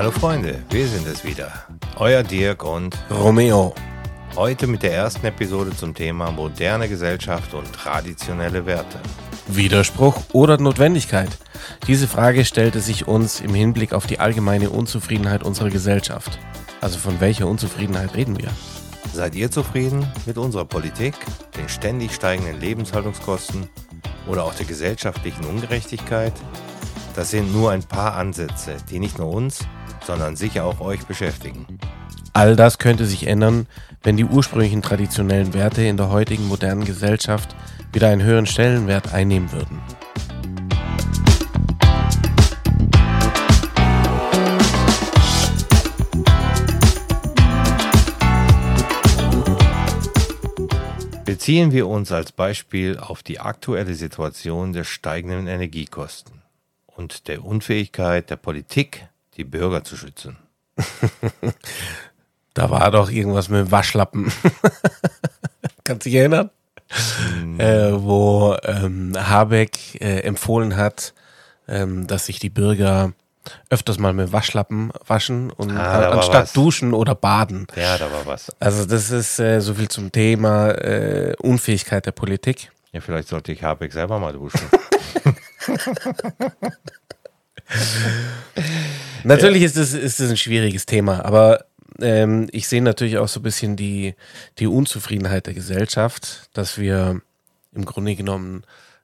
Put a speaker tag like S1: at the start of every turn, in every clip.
S1: Hallo Freunde, wir sind es wieder. Euer Dirk und
S2: Romeo.
S1: Heute mit der ersten Episode zum Thema moderne Gesellschaft und traditionelle Werte.
S2: Widerspruch oder Notwendigkeit? Diese Frage stellte sich uns im Hinblick auf die allgemeine Unzufriedenheit unserer Gesellschaft. Also von welcher Unzufriedenheit reden wir?
S1: Seid ihr zufrieden mit unserer Politik, den ständig steigenden Lebenshaltungskosten oder auch der gesellschaftlichen Ungerechtigkeit? Das sind nur ein paar Ansätze, die nicht nur uns, sondern sicher auch euch beschäftigen.
S2: All das könnte sich ändern, wenn die ursprünglichen traditionellen Werte in der heutigen modernen Gesellschaft wieder einen höheren Stellenwert einnehmen würden.
S1: Beziehen wir uns als Beispiel auf die aktuelle Situation der steigenden Energiekosten und der Unfähigkeit der Politik, die Bürger zu schützen.
S2: Da war doch irgendwas mit dem Waschlappen. Kannst du dich erinnern? Wo Habeck empfohlen hat, dass sich die Bürger öfters mal mit Waschlappen waschen und anstatt duschen oder baden.
S1: Ja, da war was.
S2: Also das ist so viel zum Thema Unfähigkeit der Politik.
S1: Ja, vielleicht sollte ich Habeck selber mal duschen.
S2: Natürlich ist es ein schwieriges Thema, aber ich sehe natürlich auch so ein bisschen die Unzufriedenheit der Gesellschaft, dass wir im Grunde genommen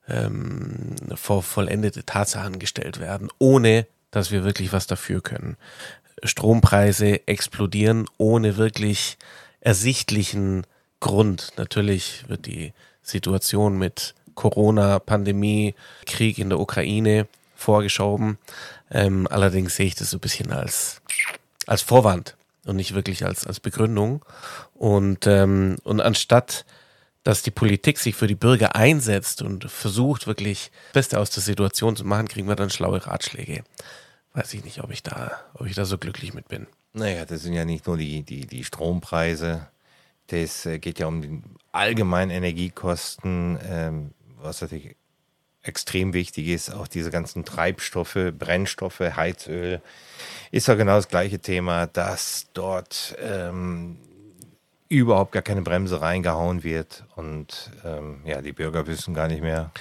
S2: vor vollendete Tatsachen gestellt werden, ohne dass wir wirklich was dafür können. Strompreise explodieren ohne wirklich ersichtlichen Grund. Natürlich wird die Situation mit Corona, Pandemie, Krieg in der Ukraine vorgeschoben. Allerdings sehe ich das so ein bisschen als Vorwand und nicht wirklich als Begründung. Und anstatt, dass die Politik sich für die Bürger einsetzt und versucht, wirklich das Beste aus der Situation zu machen, kriegen wir dann schlaue Ratschläge. Weiß ich nicht, ob ich da so glücklich mit bin.
S1: Naja, das sind ja nicht nur die Strompreise. Das geht ja um die allgemeinen Energiekosten, was natürlich extrem wichtig ist, auch diese ganzen Treibstoffe, Brennstoffe, Heizöl, ist ja genau das gleiche Thema, dass dort überhaupt gar keine Bremse reingehauen wird und die Bürger wissen gar nicht mehr,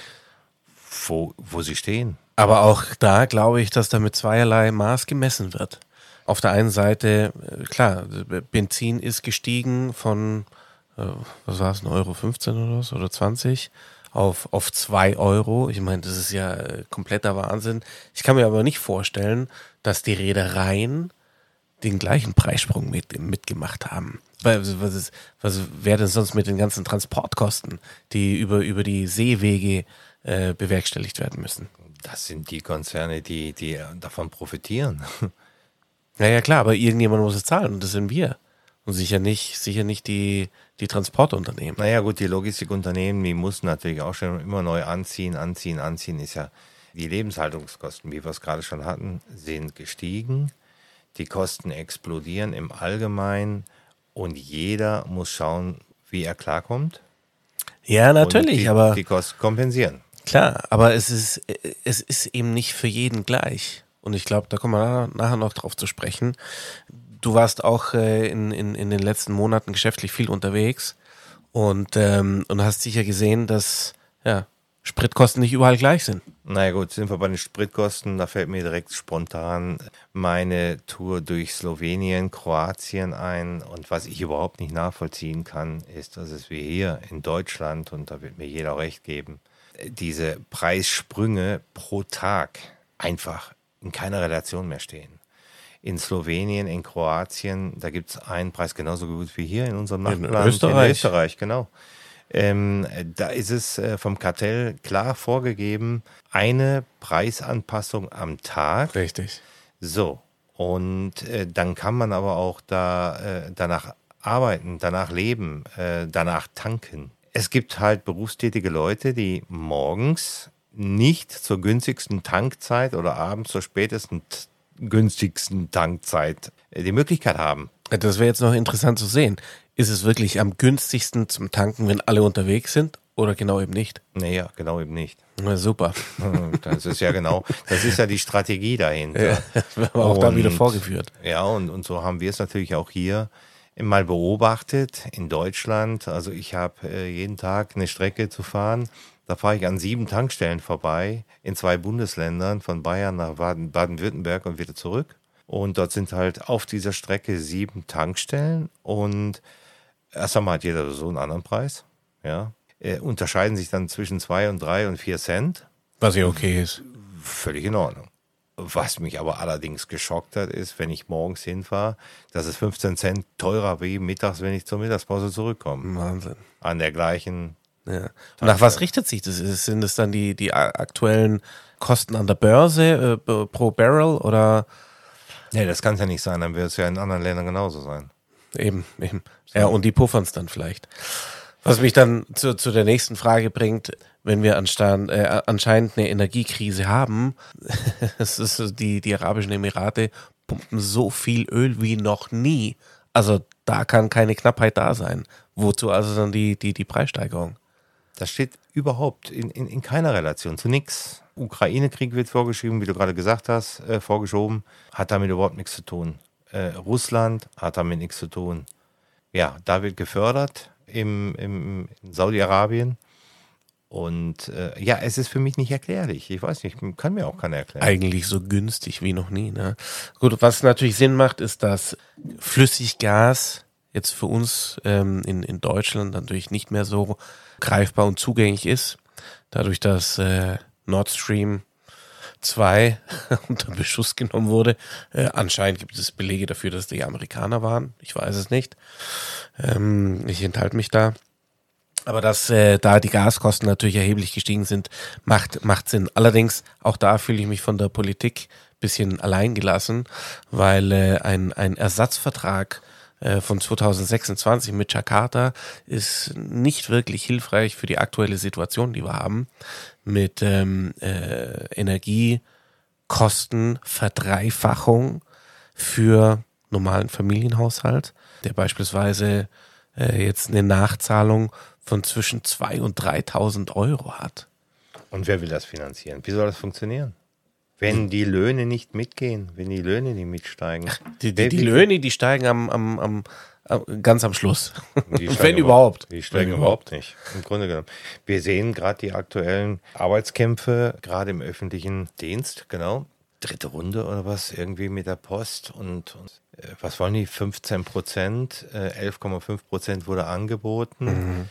S1: wo sie stehen.
S2: Aber auch da glaube ich, dass da mit zweierlei Maß gemessen wird. Auf der einen Seite, klar, Benzin ist gestiegen von, was war es, 1,15 € oder so, oder 20 auf 2 €. Ich meine, das ist ja kompletter Wahnsinn. Ich kann mir aber nicht vorstellen, dass die Reedereien den gleichen Preissprung mitgemacht haben. Was wäre denn sonst mit den ganzen Transportkosten, die über die Seewege bewerkstelligt werden müssen?
S1: Das sind die Konzerne, die davon profitieren.
S2: Ja, klar, aber irgendjemand muss es zahlen und das sind wir. Und sicher nicht die Transportunternehmen.
S1: Naja gut, die Logistikunternehmen, die mussten natürlich auch schon immer neu anziehen, ist ja, die Lebenshaltungskosten, wie wir es gerade schon hatten, sind gestiegen. Die Kosten explodieren im Allgemeinen und jeder muss schauen, wie er klarkommt.
S2: Ja, natürlich, aber
S1: die Kosten kompensieren.
S2: Klar, aber es ist eben nicht für jeden gleich. Und ich glaube, da kommen wir nachher noch drauf zu sprechen. Du warst auch in den letzten Monaten geschäftlich viel unterwegs und hast sicher gesehen, dass Spritkosten nicht überall gleich sind.
S1: Naja gut, sind wir bei den Spritkosten, da fällt mir direkt spontan meine Tour durch Slowenien, Kroatien ein. Und was ich überhaupt nicht nachvollziehen kann, ist, dass es wir hier in Deutschland, und da wird mir jeder recht geben, diese Preissprünge pro Tag einfach in keiner Relation mehr stehen. In Slowenien, in Kroatien, da gibt es einen Preis genauso gut wie hier in unserem Nachbarland. In Österreich, genau. Da ist es vom Kartell klar vorgegeben, eine Preisanpassung am Tag.
S2: Richtig.
S1: So, und dann kann man aber auch danach arbeiten, danach leben, danach tanken. Es gibt halt berufstätige Leute, die morgens nicht zur günstigsten Tankzeit oder abends zur spätesten günstigsten Tankzeit die Möglichkeit haben.
S2: Das wäre jetzt noch interessant zu sehen. Ist es wirklich am günstigsten zum Tanken, wenn alle unterwegs sind? Oder genau eben nicht?
S1: Naja, genau eben nicht.
S2: Na, super.
S1: Das ist ja die Strategie dahinter.
S2: Ja, das war auch da wieder vorgeführt.
S1: Ja, und so haben wir es natürlich auch hier mal beobachtet in Deutschland. Also ich habe jeden Tag eine Strecke zu fahren. Da fahre ich an 7 Tankstellen vorbei in 2 Bundesländern, von Bayern nach Baden-Württemberg und wieder zurück. Und dort sind halt auf dieser Strecke 7 Tankstellen und erst einmal hat jeder so einen anderen Preis. Ja. Unterscheiden sich dann zwischen 2 und 3 und 4 Cent.
S2: Was ja okay ist.
S1: Völlig in Ordnung. Was mich aber allerdings geschockt hat, ist, wenn ich morgens hinfahre, dass es 15 Cent teurer wie mittags, wenn ich zur Mittagspause zurückkomme.
S2: Wahnsinn.
S1: An der gleichen.
S2: Ja. Und nach was richtet sich das? Sind es dann die aktuellen Kosten an der Börse pro Barrel oder?
S1: Nee, das kann es ja nicht sein, dann wird es ja in anderen Ländern genauso sein.
S2: Eben. Ja, und die puffern es dann vielleicht. Was mich dann zu der nächsten Frage bringt, wenn wir anscheinend eine Energiekrise haben, es ist so, die Arabischen Emirate pumpen so viel Öl wie noch nie. Also da kann keine Knappheit da sein. Wozu also dann die Preissteigerung?
S1: Das steht überhaupt in keiner Relation zu nichts. Ukraine-Krieg wird vorgeschrieben, wie du gerade gesagt hast, vorgeschoben, hat damit überhaupt nichts zu tun. Russland hat damit nichts zu tun. Ja, da wird gefördert in Saudi-Arabien. Und es ist für mich nicht erklärlich. Ich weiß nicht, kann mir auch keiner erklären.
S2: Eigentlich so günstig wie noch nie. Ne? Gut, was natürlich Sinn macht, ist, dass Flüssiggas jetzt für uns in Deutschland natürlich nicht mehr so greifbar und zugänglich ist. Dadurch, dass Nord Stream 2 unter Beschuss genommen wurde. Anscheinend gibt es Belege dafür, dass die Amerikaner waren. Ich weiß es nicht. Ich enthalte mich da. Aber dass da die Gaskosten natürlich erheblich gestiegen sind, macht Sinn. Allerdings, auch da fühle ich mich von der Politik ein bisschen allein gelassen, weil ein Ersatzvertrag von 2026 mit Jakarta ist nicht wirklich hilfreich für die aktuelle Situation, die wir haben, mit Energiekostenverdreifachung für normalen Familienhaushalt, der beispielsweise jetzt eine Nachzahlung von zwischen 2.000 und 3.000 Euro hat.
S1: Und wer will das finanzieren? Wie soll das funktionieren? Wenn die Löhne nicht mitgehen, wenn die Löhne nicht mitsteigen.
S2: Die Löhne, die steigen ganz am Schluss.
S1: Wenn überhaupt. Die steigen überhaupt nicht, im Grunde genommen. Wir sehen gerade die aktuellen Arbeitskämpfe, gerade im öffentlichen Dienst, genau. 3. Runde oder was, irgendwie mit der Post und was wollen die? 15%, 11,5% wurde angeboten.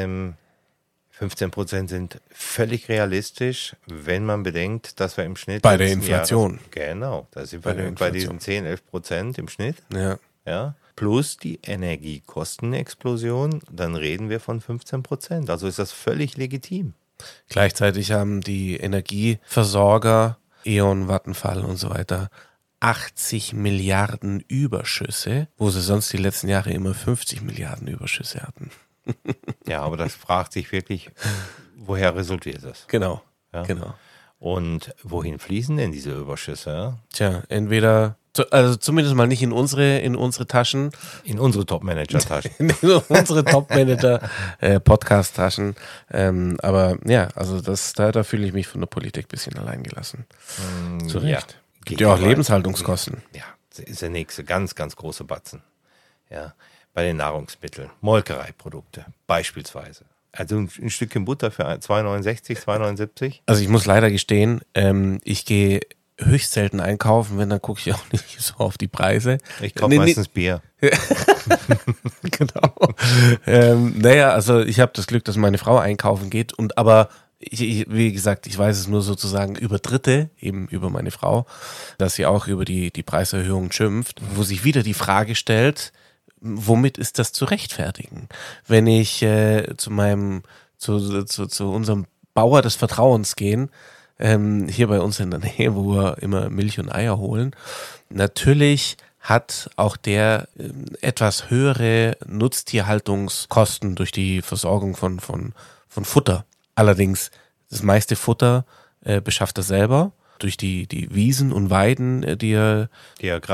S1: 15% sind völlig realistisch, wenn man bedenkt, dass wir im Schnitt...
S2: Bei der Inflation.
S1: Genau, da sind wir bei diesen 10-11% im Schnitt. Ja. Plus die Energiekostenexplosion, dann reden wir von 15%. Also ist das völlig legitim.
S2: Gleichzeitig haben die Energieversorger, E.ON, Vattenfall und so weiter, 80 Milliarden Überschüsse, wo sie sonst die letzten Jahre immer 50 Milliarden Überschüsse hatten.
S1: Ja, aber das fragt sich wirklich, woher resultiert das?
S2: Genau.
S1: Und wohin fließen denn diese Überschüsse? Ja?
S2: Tja, entweder, also zumindest mal nicht in unsere Taschen.
S1: In unsere Top-Manager-Taschen.
S2: In unsere Top-Manager-Podcast-Taschen. Aber ja, also da fühle ich mich von der Politik ein bisschen allein gelassen. Zu Recht.
S1: Ja.
S2: Gibt ja auch Lebenshaltungskosten.
S1: Ja, das ist der nächste ganz, ganz große Batzen. Ja, bei den Nahrungsmitteln, Molkereiprodukte beispielsweise. Also ein Stückchen Butter für 2,69, 2,79.
S2: Also ich muss leider gestehen, ich gehe höchst selten einkaufen, wenn, dann gucke ich auch nicht so auf die Preise.
S1: Ich kaufe meistens Bier.
S2: Genau. Also ich habe das Glück, dass meine Frau einkaufen geht aber wie gesagt, ich weiß es nur sozusagen über Dritte, eben über meine Frau, dass sie auch über die Preiserhöhungen schimpft, wo sich wieder die Frage stellt, womit ist das zu rechtfertigen? Wenn ich zu unserem Bauer des Vertrauens gehen, hier bei uns in der Nähe, wo wir immer Milch und Eier holen, natürlich hat auch der etwas höhere Nutztierhaltungskosten durch die Versorgung von Futter. Allerdings, das meiste Futter beschafft er selber durch die Wiesen und Weiden, die er
S1: grast.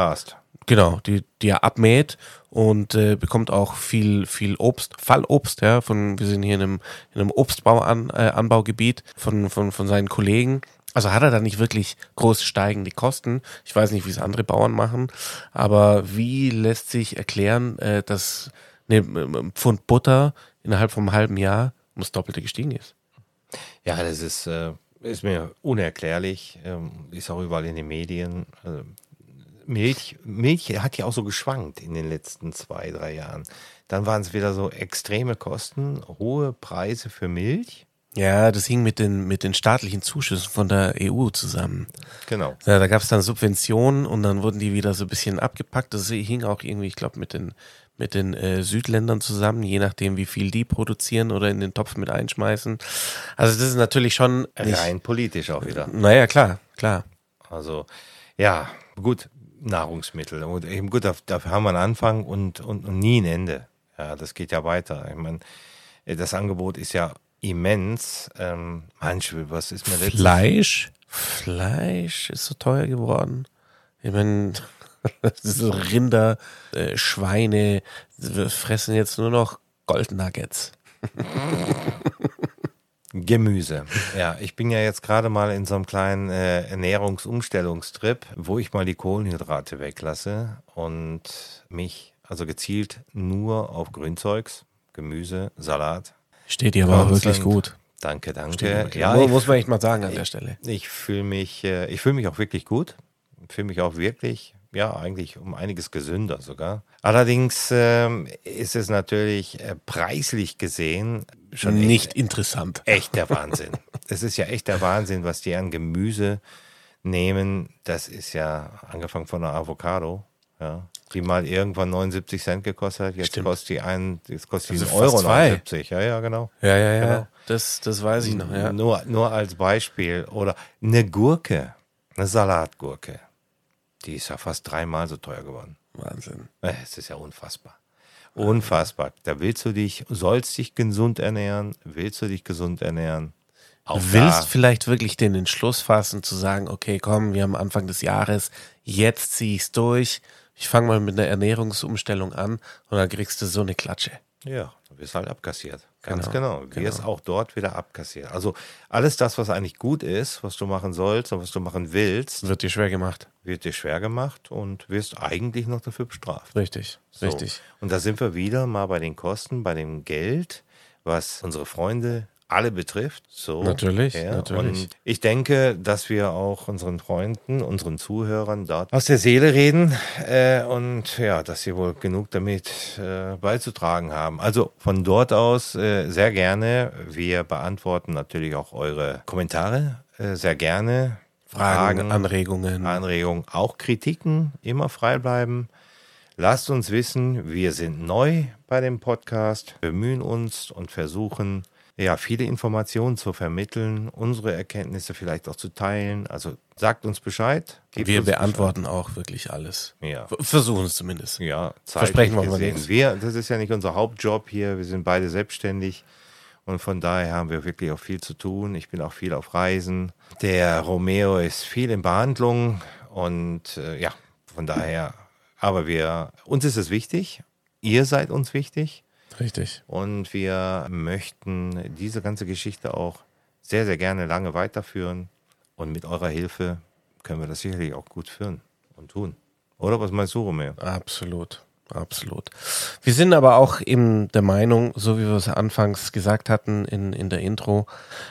S2: Genau, die er abmäht und bekommt auch viel Obst, Fallobst, ja, wir sind hier in einem Anbaugebiet von seinen Kollegen. Also hat er da nicht wirklich groß steigende Kosten. Ich weiß nicht, wie es andere Bauern machen, aber wie lässt sich erklären, dass ein Pfund Butter innerhalb von einem halben Jahr ums Doppelte gestiegen ist?
S1: Ja, das ist mir unerklärlich, ist auch überall in den Medien. Milch hat ja auch so geschwankt in den letzten 2-3 Jahren. Dann waren es wieder so extreme Kosten, hohe Preise für Milch.
S2: Ja, das hing mit den staatlichen Zuschüssen von der EU zusammen.
S1: Genau.
S2: Ja, da gab es dann Subventionen und dann wurden die wieder so ein bisschen abgepackt. Das hing auch irgendwie, ich glaube, mit den Südländern zusammen, je nachdem, wie viel die produzieren oder in den Topf mit einschmeißen. Also das ist natürlich schon
S1: rein politisch auch wieder.
S2: Naja, klar.
S1: Also ja, gut, Nahrungsmittel. Und eben gut, dafür haben wir einen Anfang und nie ein Ende. Ja, das geht ja weiter. Ich meine, das Angebot ist ja immens. Was ist mir letztens...
S2: Fleisch ist so teuer geworden. Ich meine, so Rinder, Schweine fressen jetzt nur noch Goldnuggets.
S1: Gemüse. Ja, ich bin ja jetzt gerade mal in so einem kleinen Ernährungsumstellungstrip, wo ich mal die Kohlenhydrate weglasse und mich also gezielt nur auf Grünzeugs, Gemüse, Salat.
S2: Steht dir aber auch wirklich gut.
S1: Danke.
S2: Ja, muss man echt mal sagen an der Stelle.
S1: Ich fühle mich auch wirklich gut. Ich fühle mich auch wirklich, ja, eigentlich um einiges gesünder sogar. Allerdings ist es natürlich preislich gesehen schon
S2: nicht interessant.
S1: Echt der Wahnsinn. Es ist ja echt der Wahnsinn, was die an Gemüse nehmen. Das ist ja angefangen von einer Avocado, ja, die mal irgendwann 79 Cent gekostet hat. Jetzt kostet die einen Euro 79. Ja, genau.
S2: Ja.
S1: Genau.
S2: Das weiß ich noch, ja.
S1: Nur als Beispiel. Oder eine Gurke, eine Salatgurke. Die ist ja fast 3-mal so teuer geworden.
S2: Wahnsinn.
S1: Es ist ja unfassbar. Unfassbar. Da sollst dich gesund ernähren, Auch
S2: willst vielleicht wirklich den Entschluss fassen, zu sagen, okay, komm, wir haben Anfang des Jahres, jetzt ziehe ich es durch. Ich fange mal mit einer Ernährungsumstellung an und dann kriegst du so eine Klatsche.
S1: Ja, du wirst halt abkassiert. Ganz genau. Du wirst auch dort wieder abkassiert. Also alles das, was eigentlich gut ist, was du machen sollst und was du machen willst,
S2: wird dir schwer gemacht
S1: und wirst eigentlich noch dafür bestraft.
S2: Richtig.
S1: Und da sind wir wieder mal bei den Kosten, bei dem Geld, was unsere Freunde alle betrifft. So,
S2: natürlich.
S1: Und ich denke, dass wir auch unseren Freunden, unseren Zuhörern dort aus der Seele reden und ja, dass sie wohl genug damit beizutragen haben. Also von dort aus sehr gerne. Wir beantworten natürlich auch eure Kommentare sehr gerne.
S2: Fragen, Anregungen,
S1: auch Kritiken, immer frei bleiben. Lasst uns wissen, wir sind neu bei dem Podcast, bemühen uns und versuchen, ja, viele Informationen zu vermitteln, unsere Erkenntnisse vielleicht auch zu teilen. Also sagt uns Bescheid.
S2: Wir beantworten auch wirklich alles.
S1: Ja.
S2: Versuchen es zumindest.
S1: Ja,
S2: versprechen wir mal nichts.
S1: Das ist ja nicht unser Hauptjob hier. Wir sind beide selbstständig und von daher haben wir wirklich auch viel zu tun. Ich bin auch viel auf Reisen. Der Romeo ist viel in Behandlung und ja, von daher. Aber uns ist es wichtig. Ihr seid uns wichtig.
S2: Richtig.
S1: Und wir möchten diese ganze Geschichte auch sehr, sehr gerne lange weiterführen. Und mit eurer Hilfe können wir das sicherlich auch gut führen und tun. Oder was meinst du, Romeo?
S2: Absolut. Wir sind aber auch eben der Meinung, so wie wir es anfangs gesagt hatten in der Intro,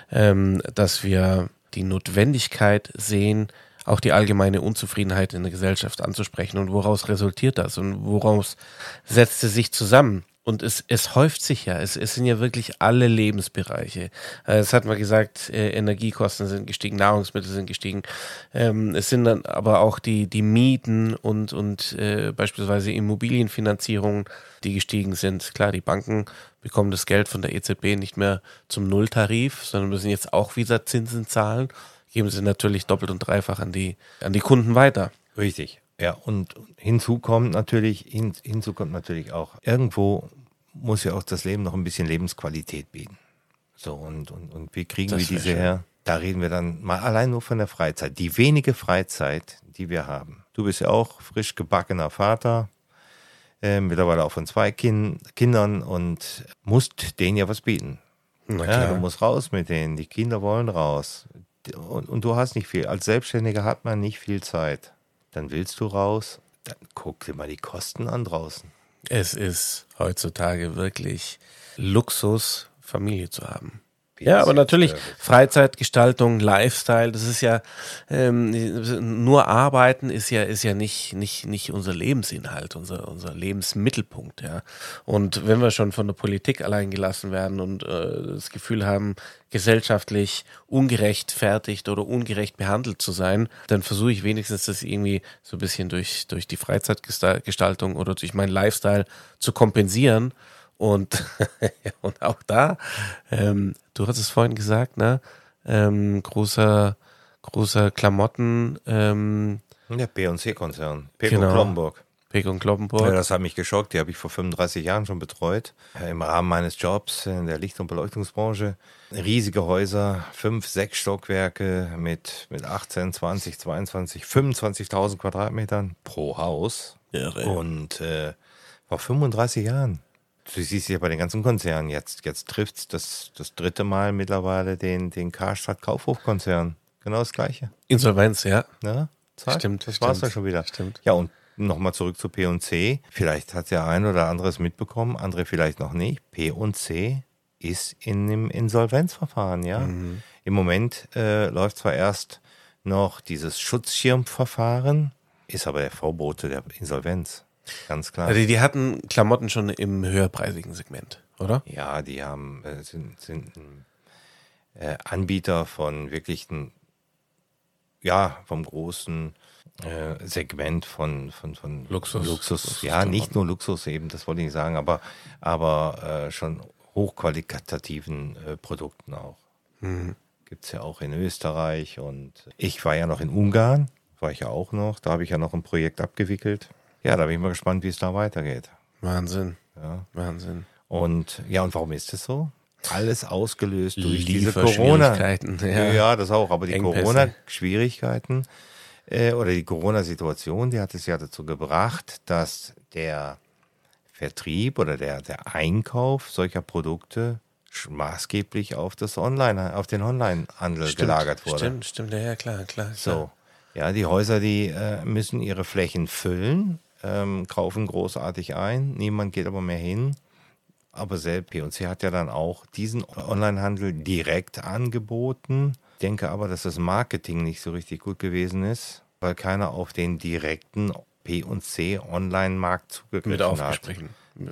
S2: dass wir die Notwendigkeit sehen, auch die allgemeine Unzufriedenheit in der Gesellschaft anzusprechen. Und woraus resultiert das? Und woraus setzt es sich zusammen? Und es häuft sich ja. Es sind ja wirklich alle Lebensbereiche. Es hat man gesagt, Energiekosten sind gestiegen, Nahrungsmittel sind gestiegen. Es sind dann aber auch die Mieten und beispielsweise Immobilienfinanzierungen, die gestiegen sind. Klar, die Banken bekommen das Geld von der EZB nicht mehr zum Nulltarif, sondern müssen jetzt auch wieder Zinsen zahlen. Geben sie natürlich doppelt und dreifach an die Kunden weiter.
S1: Richtig. Ja, und hinzu kommt natürlich auch, irgendwo muss ja auch das Leben noch ein bisschen Lebensqualität bieten. So, und wie kriegen wir diese her? Da reden wir dann mal allein nur von der Freizeit. Die wenige Freizeit, die wir haben. Du bist ja auch frisch gebackener Vater, mittlerweile auch von 2 Kindern und musst denen ja was bieten.
S2: Na
S1: Ja,
S2: klar.
S1: du musst raus mit denen, die Kinder wollen raus. Und du hast nicht viel. Als Selbstständiger hat man nicht viel Zeit. Dann willst du raus, dann guck dir mal die Kosten an draußen.
S2: Es ist heutzutage wirklich Luxus, Familie zu haben.
S1: Bitte
S2: Ja, aber
S1: sehr,
S2: natürlich
S1: Service.
S2: Freizeitgestaltung, Lifestyle, das ist ja nur Arbeiten ist ja nicht unser Lebensinhalt, unser Lebensmittelpunkt, ja. Und wenn wir schon von der Politik allein gelassen werden und das Gefühl haben, gesellschaftlich ungerechtfertigt oder ungerecht behandelt zu sein, dann versuche ich wenigstens das irgendwie so ein bisschen durch die Freizeitgestaltung oder durch meinen Lifestyle zu kompensieren. Und, und auch da, du hast es vorhin gesagt, ne? Großer Klamotten,
S1: Der P&C-Konzern, Peko
S2: Genau.
S1: Kloppenburg.
S2: Pek und
S1: Ja,
S2: Kloppenburg.
S1: das hat mich geschockt. Die habe ich vor 35 Jahren schon betreut. Im Rahmen meines Jobs in der Licht- und Beleuchtungsbranche. Riesige Häuser, 5, 6 Stockwerke mit 18, 20, 22, 25.000 Quadratmetern pro Haus.
S2: Irre.
S1: Und vor 35 Jahren. Du siehst ja bei den ganzen Konzernen, jetzt trifft es das 3. Mal mittlerweile den Karstadt Kaufhof-Konzern. Genau das Gleiche.
S2: Insolvenz, ja.
S1: Ja, zack,
S2: Stimmt,
S1: das war's
S2: stimmt,
S1: dann schon wieder.
S2: stimmt.
S1: Ja, und nochmal zurück zu P&C. Vielleicht hat der ein oder andere es mitbekommen, andere vielleicht noch nicht. P&C ist in einem Insolvenzverfahren, ja. Im Moment läuft zwar erst noch dieses Schutzschirmverfahren, ist aber der Vorbote der Insolvenz. Ganz klar.
S2: Also die hatten Klamotten schon im höherpreisigen Segment, oder?
S1: Ja, die haben, sind ein Anbieter von wirklichen, ja, vom großen Segment von
S2: Luxus.
S1: Ja, nicht nur Luxus eben, das wollte ich nicht sagen, aber schon hochqualitativen Produkten auch. Gibt es ja auch in Österreich und ich war ja noch in Ungarn, war ich ja auch noch, da habe ich ja noch ein Projekt abgewickelt. Ja, da bin ich mal gespannt, wie es da weitergeht.
S2: Wahnsinn.
S1: Ja.
S2: Wahnsinn.
S1: Und ja, und warum ist es so? Alles ausgelöst durch diese Corona.
S2: Lieferschwierigkeiten, ja.
S1: Ja, das auch, aber die
S2: Engpässe.
S1: Corona-Schwierigkeiten oder die Corona-Situation, die hat es ja dazu gebracht, dass der Vertrieb oder der Einkauf solcher Produkte maßgeblich auf den Online-Handel gelagert wurde.
S2: Stimmt, ja, klar.
S1: So, ja, die Häuser, die müssen ihre Flächen füllen, kaufen großartig ein, niemand geht aber mehr hin. Aber selbst P&C hat ja dann auch diesen Onlinehandel direkt angeboten. Ich denke aber, dass das Marketing nicht so richtig gut gewesen ist, weil keiner auf den direkten P&C Online-Markt
S2: Mit
S1: zugegriffen hat.
S2: aufgesprochen.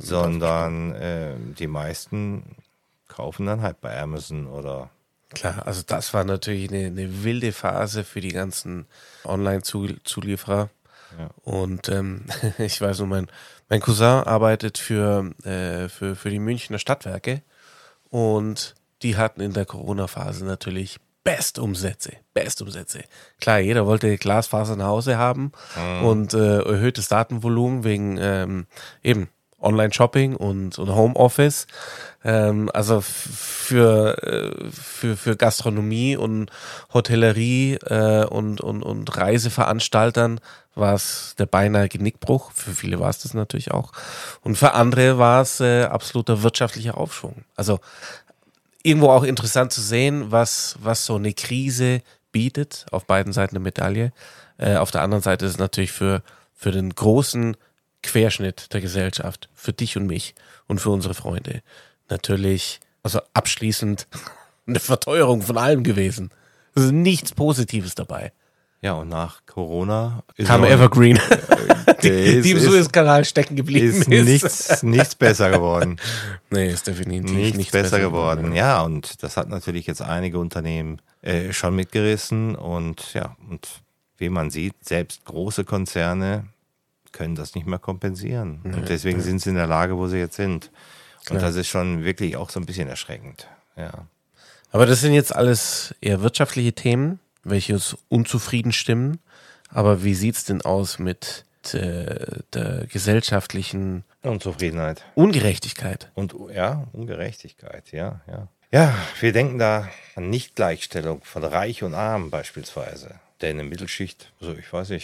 S1: Sondern die meisten kaufen dann halt bei Amazon oder...
S2: Klar, also das war natürlich eine wilde Phase für die ganzen Online-Zulieferer.
S1: Ja.
S2: Und ich weiß nur, mein Cousin arbeitet für die Münchner Stadtwerke und die hatten in der Corona-Phase natürlich Bestumsätze. Klar, jeder wollte Glasfaser nach Hause haben und erhöhtes Datenvolumen wegen eben Online-Shopping und Homeoffice. Also für Gastronomie und Hotellerie und Reiseveranstaltern war es der beinahe Genickbruch. Für viele war es das natürlich auch. Und für andere war es absoluter wirtschaftlicher Aufschwung. Also irgendwo auch interessant zu sehen, was so eine Krise bietet, auf beiden Seiten der Medaille. Auf der anderen Seite ist es natürlich für den großen Querschnitt der Gesellschaft, für dich und mich und für unsere Freunde natürlich, also abschließend eine Verteuerung von allem gewesen. Es ist nichts Positives dabei.
S1: Ja, und nach Corona
S2: Kam Evergreen, die im
S1: ist
S2: Suezkanal stecken geblieben ist.
S1: nichts besser geworden.
S2: Nee, ist definitiv
S1: Nichts besser geworden. Ja, und das hat natürlich jetzt einige Unternehmen schon mitgerissen und ja, und wie man sieht, selbst große Konzerne können das nicht mehr kompensieren. Und deswegen sind sie in der Lage, wo sie jetzt sind. Und das ist schon wirklich auch so ein bisschen erschreckend. Ja.
S2: Aber das sind jetzt alles eher wirtschaftliche Themen, welche uns unzufrieden stimmen. Aber wie sieht's denn aus mit der gesellschaftlichen
S1: Unzufriedenheit.
S2: Ungerechtigkeit?
S1: Und ja, Ungerechtigkeit, ja. Ja, wir denken da an Nichtgleichstellung von Reich und Arm beispielsweise. Der in der Mittelschicht, also ich weiß nicht,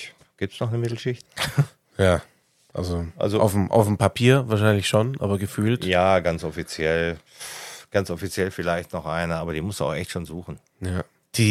S1: Gibt es noch eine Mittelschicht?
S2: Ja, also auf dem Papier wahrscheinlich schon, aber gefühlt.
S1: Ja, ganz offiziell vielleicht noch eine, aber die musst du auch echt schon suchen.
S2: Ja.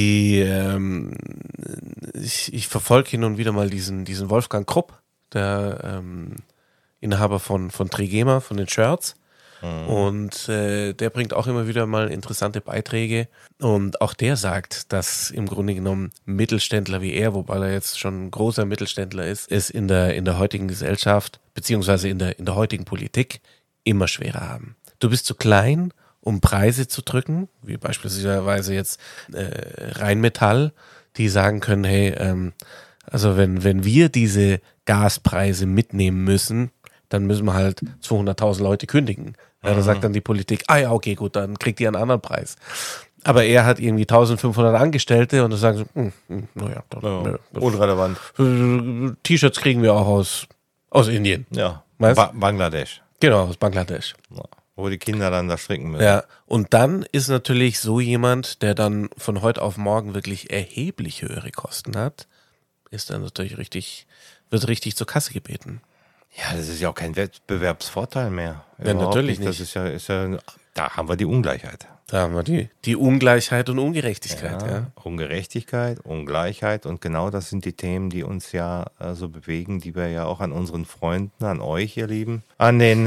S2: Ich verfolge hin und wieder mal diesen Wolfgang Krupp, der Inhaber von Trigema, von den Shirts. Und der bringt auch immer wieder mal interessante Beiträge. Und auch der sagt, dass im Grunde genommen Mittelständler wie er, wobei er jetzt schon ein großer Mittelständler ist, es in der heutigen Gesellschaft, beziehungsweise in der heutigen Politik immer schwerer haben. Du bist zu klein, um Preise zu drücken, wie beispielsweise jetzt Rheinmetall, die sagen können, hey, also wenn wir diese Gaspreise mitnehmen müssen, dann müssen wir halt 200.000 Leute kündigen. Ja, da sagt dann die Politik, ja, okay, gut, dann kriegt ihr einen anderen Preis. Aber er hat irgendwie 1.500 Angestellte und da sagen sie, naja,
S1: unrelevant.
S2: T-Shirts kriegen wir auch aus Indien.
S1: Ja,
S2: Weißt?
S1: Bangladesch.
S2: Genau, aus Bangladesch.
S1: Ja. Wo die Kinder dann da stricken müssen.
S2: Ja, und dann ist natürlich so jemand, der dann von heute auf morgen wirklich erheblich höhere Kosten hat, ist dann natürlich wird richtig zur Kasse gebeten.
S1: Ja, das ist ja auch kein Wettbewerbsvorteil mehr.
S2: Ja, natürlich nicht.
S1: Das ist ja, da haben wir die Ungleichheit.
S2: Da haben wir die Ungleichheit und Ungerechtigkeit. Ja.
S1: Ungerechtigkeit, Ungleichheit und genau das sind die Themen, die uns ja so bewegen, die wir ja auch an unseren Freunden, an euch, ihr Lieben, an den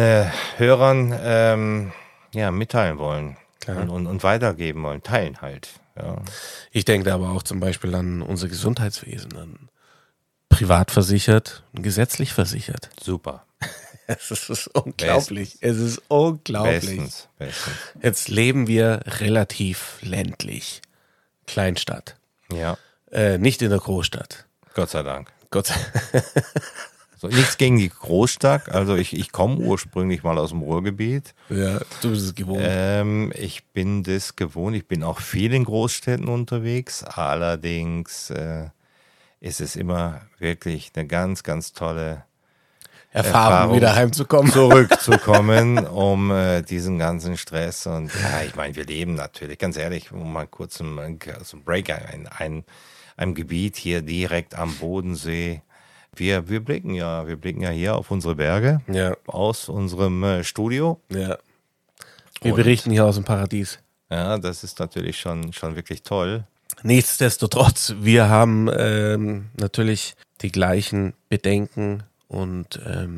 S1: Hörern mitteilen wollen und weitergeben wollen. Teilen halt. Ja.
S2: Ich denke aber auch zum Beispiel an unser Gesundheitswesen, an privat versichert und gesetzlich versichert.
S1: Super.
S2: Es ist unglaublich. Es ist unglaublich.
S1: Bestens.
S2: Jetzt leben wir relativ ländlich. Kleinstadt.
S1: Ja.
S2: Nicht in der Großstadt.
S1: Gott sei Dank.
S2: Gott sei
S1: So, nichts gegen die Großstadt. Also ich komme ursprünglich mal aus dem Ruhrgebiet.
S2: Ja, du bist es gewohnt.
S1: Ich bin das gewohnt. Ich bin auch viel in Großstädten unterwegs. Allerdings ist es immer wirklich eine ganz, ganz tolle
S2: Erfahrung, wieder heimzukommen.
S1: Zurückzukommen, um diesen ganzen Stress. Und ja, ich meine, wir leben natürlich, ganz ehrlich, um mal kurz einen Break, ein Gebiet hier direkt am Bodensee. Wir blicken ja hier auf unsere Berge aus unserem Studio.
S2: Ja. Wir berichten hier aus dem Paradies.
S1: Ja, das ist natürlich schon wirklich toll.
S2: Nichtsdestotrotz, wir haben natürlich die gleichen Bedenken und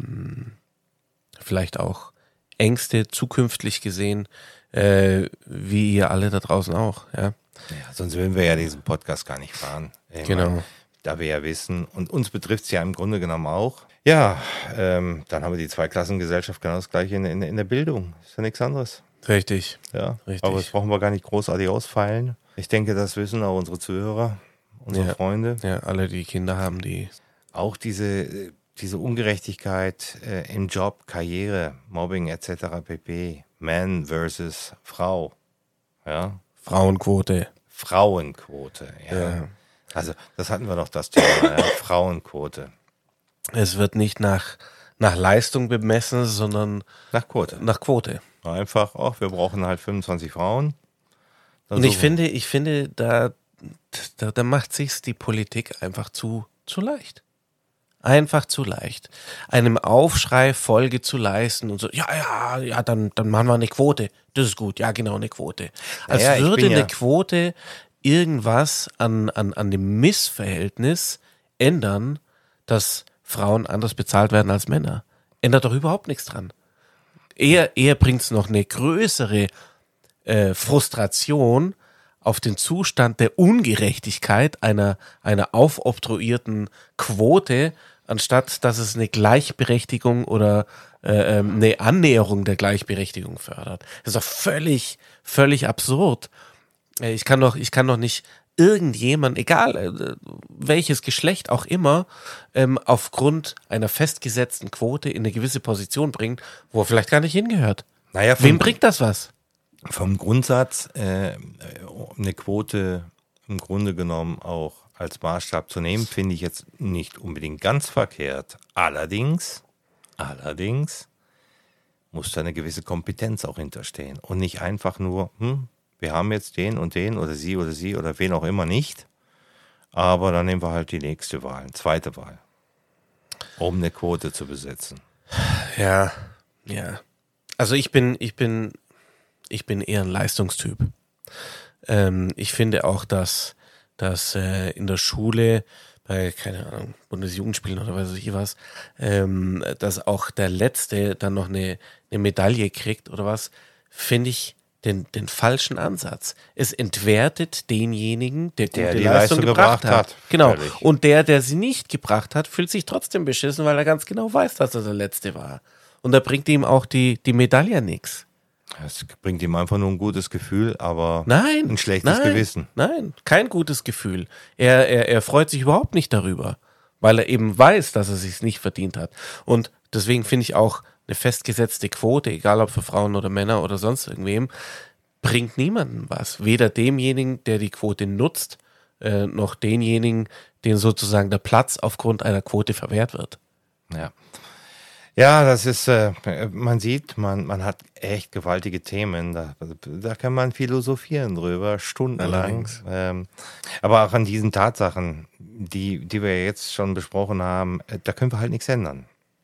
S2: vielleicht auch Ängste zukünftig gesehen, wie ihr alle da draußen auch. Ja,
S1: sonst würden wir ja diesen Podcast gar nicht fahren.
S2: Genau.
S1: Da wir ja wissen, und uns betrifft es ja im Grunde genommen auch. Ja, dann haben wir die Zweiklassengesellschaft genau das gleiche in der Bildung. Ist ja nichts anderes.
S2: Richtig.
S1: Ja,
S2: richtig.
S1: Aber das brauchen wir gar nicht großartig ausfeilen. Ich denke, das wissen auch unsere Zuhörer, unsere Freunde.
S2: Ja, alle, die Kinder haben, die.
S1: Auch diese Ungerechtigkeit im Job, Karriere, Mobbing etc. pp. Man versus Frau. Ja.
S2: Frauenquote,
S1: ja. Also das hatten wir doch das Thema, Frauenquote.
S2: Es wird nicht nach Leistung bemessen, sondern
S1: nach Quote. Einfach, wir brauchen halt 25 Frauen.
S2: Und ich finde, da macht sich's die Politik einfach zu leicht. Einfach zu leicht. Einem Aufschrei Folge zu leisten und so, ja, dann machen wir eine Quote. Das ist gut, ja genau, eine Quote. Als würde eine Quote irgendwas an dem Missverhältnis ändern, dass Frauen anders bezahlt werden als Männer. Ändert doch überhaupt nichts dran. Eher bringt es noch eine größere Frustration auf den Zustand der Ungerechtigkeit einer aufoktroyierten Quote, anstatt dass es eine Gleichberechtigung oder eine Annäherung der Gleichberechtigung fördert. Das ist doch völlig, völlig absurd. Ich kann doch nicht irgendjemand, egal welches Geschlecht auch immer, aufgrund einer festgesetzten Quote in eine gewisse Position bringen, wo er vielleicht gar nicht hingehört. Wem bringt das was?
S1: Vom Grundsatz, eine Quote im Grunde genommen auch als Maßstab zu nehmen, finde ich jetzt nicht unbedingt ganz verkehrt. Allerdings muss da eine gewisse Kompetenz auch hinterstehen und nicht einfach nur, wir haben jetzt den und den oder sie oder wen auch immer nicht, aber dann nehmen wir halt die nächste Wahl, zweite Wahl. Um eine Quote zu besetzen.
S2: Ja. Also ich bin eher ein Leistungstyp. Ich finde auch, dass in der Schule bei, keine Ahnung, Bundesjugendspielen oder weiß ich was, dass auch der Letzte dann noch eine Medaille kriegt oder was, finde ich den falschen Ansatz. Es entwertet denjenigen, der gute
S1: die
S2: Leistung gebracht hat. Genau.
S1: Völlig.
S2: Und der sie nicht gebracht hat, fühlt sich trotzdem beschissen, weil er ganz genau weiß, dass er der Letzte war. Und da bringt ihm auch die Medaille nichts.
S1: Es bringt ihm einfach nur ein gutes Gefühl, aber
S2: Nein,
S1: ein schlechtes Gewissen.
S2: Nein, kein gutes Gefühl. Er freut sich überhaupt nicht darüber, weil er eben weiß, dass er es sich nicht verdient hat. Und deswegen finde ich auch eine festgesetzte Quote, egal ob für Frauen oder Männer oder sonst irgendwem, bringt niemandem was. Weder demjenigen, der die Quote nutzt, noch denjenigen, dem sozusagen der Platz aufgrund einer Quote verwehrt wird.
S1: Ja. Ja, das ist, man sieht, man hat echt gewaltige Themen, da kann man philosophieren drüber, stundenlang. Aber auch an diesen Tatsachen, die wir jetzt schon besprochen haben, da können wir halt nichts ändern.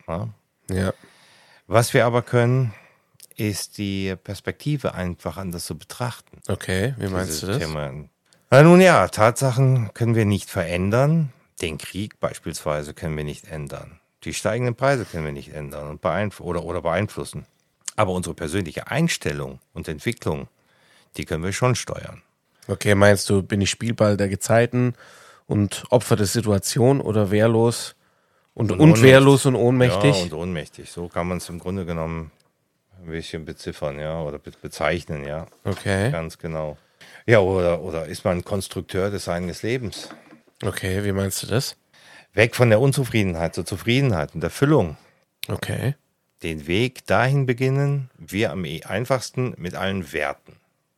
S2: Ja.
S1: Was wir aber können, ist die Perspektive einfach anders zu betrachten.
S2: Okay, wie meinst du das?
S1: Na nun ja, Tatsachen können wir nicht verändern, den Krieg beispielsweise können wir nicht ändern. Die steigenden Preise können wir nicht ändern und beeinflussen. Aber unsere persönliche Einstellung und Entwicklung, die können wir schon steuern.
S2: Okay, meinst du, bin ich Spielball der Gezeiten und Opfer der Situation oder wehrlos und wehrlos und ohnmächtig?
S1: Ja, und ohnmächtig. So kann man es im Grunde genommen ein bisschen beziffern, ja, oder bezeichnen, ja.
S2: Okay.
S1: Ganz genau. Ja, oder ist man Konstrukteur des eigenen Lebens?
S2: Okay, wie meinst du das?
S1: Weg von der Unzufriedenheit zur Zufriedenheit und Erfüllung.
S2: Okay.
S1: Den Weg dahin beginnen wir am einfachsten mit allen Werten.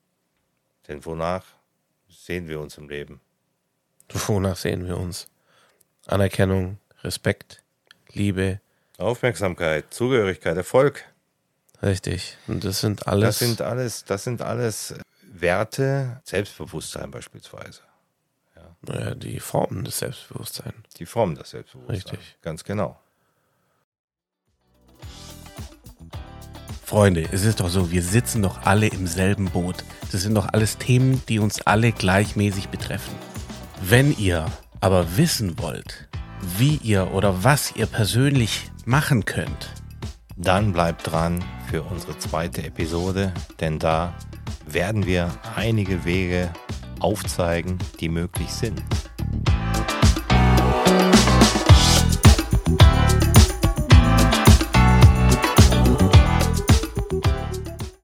S1: Denn wonach sehen wir uns im Leben?
S2: Wonach sehen wir uns? Anerkennung, Respekt, Liebe.
S1: Aufmerksamkeit, Zugehörigkeit, Erfolg.
S2: Richtig. Und das sind alles
S1: Werte, Selbstbewusstsein beispielsweise.
S2: Naja, die Formen des Selbstbewusstseins.
S1: Die Form des Selbstbewusstseins.
S2: Richtig.
S1: Ganz genau.
S2: Freunde, es ist doch so, wir sitzen doch alle im selben Boot. Das sind doch alles Themen, die uns alle gleichmäßig betreffen. Wenn ihr aber wissen wollt, wie ihr oder was ihr persönlich machen könnt,
S1: dann bleibt dran für unsere zweite Episode, denn da werden wir einige Wege aufzeigen, die möglich sind.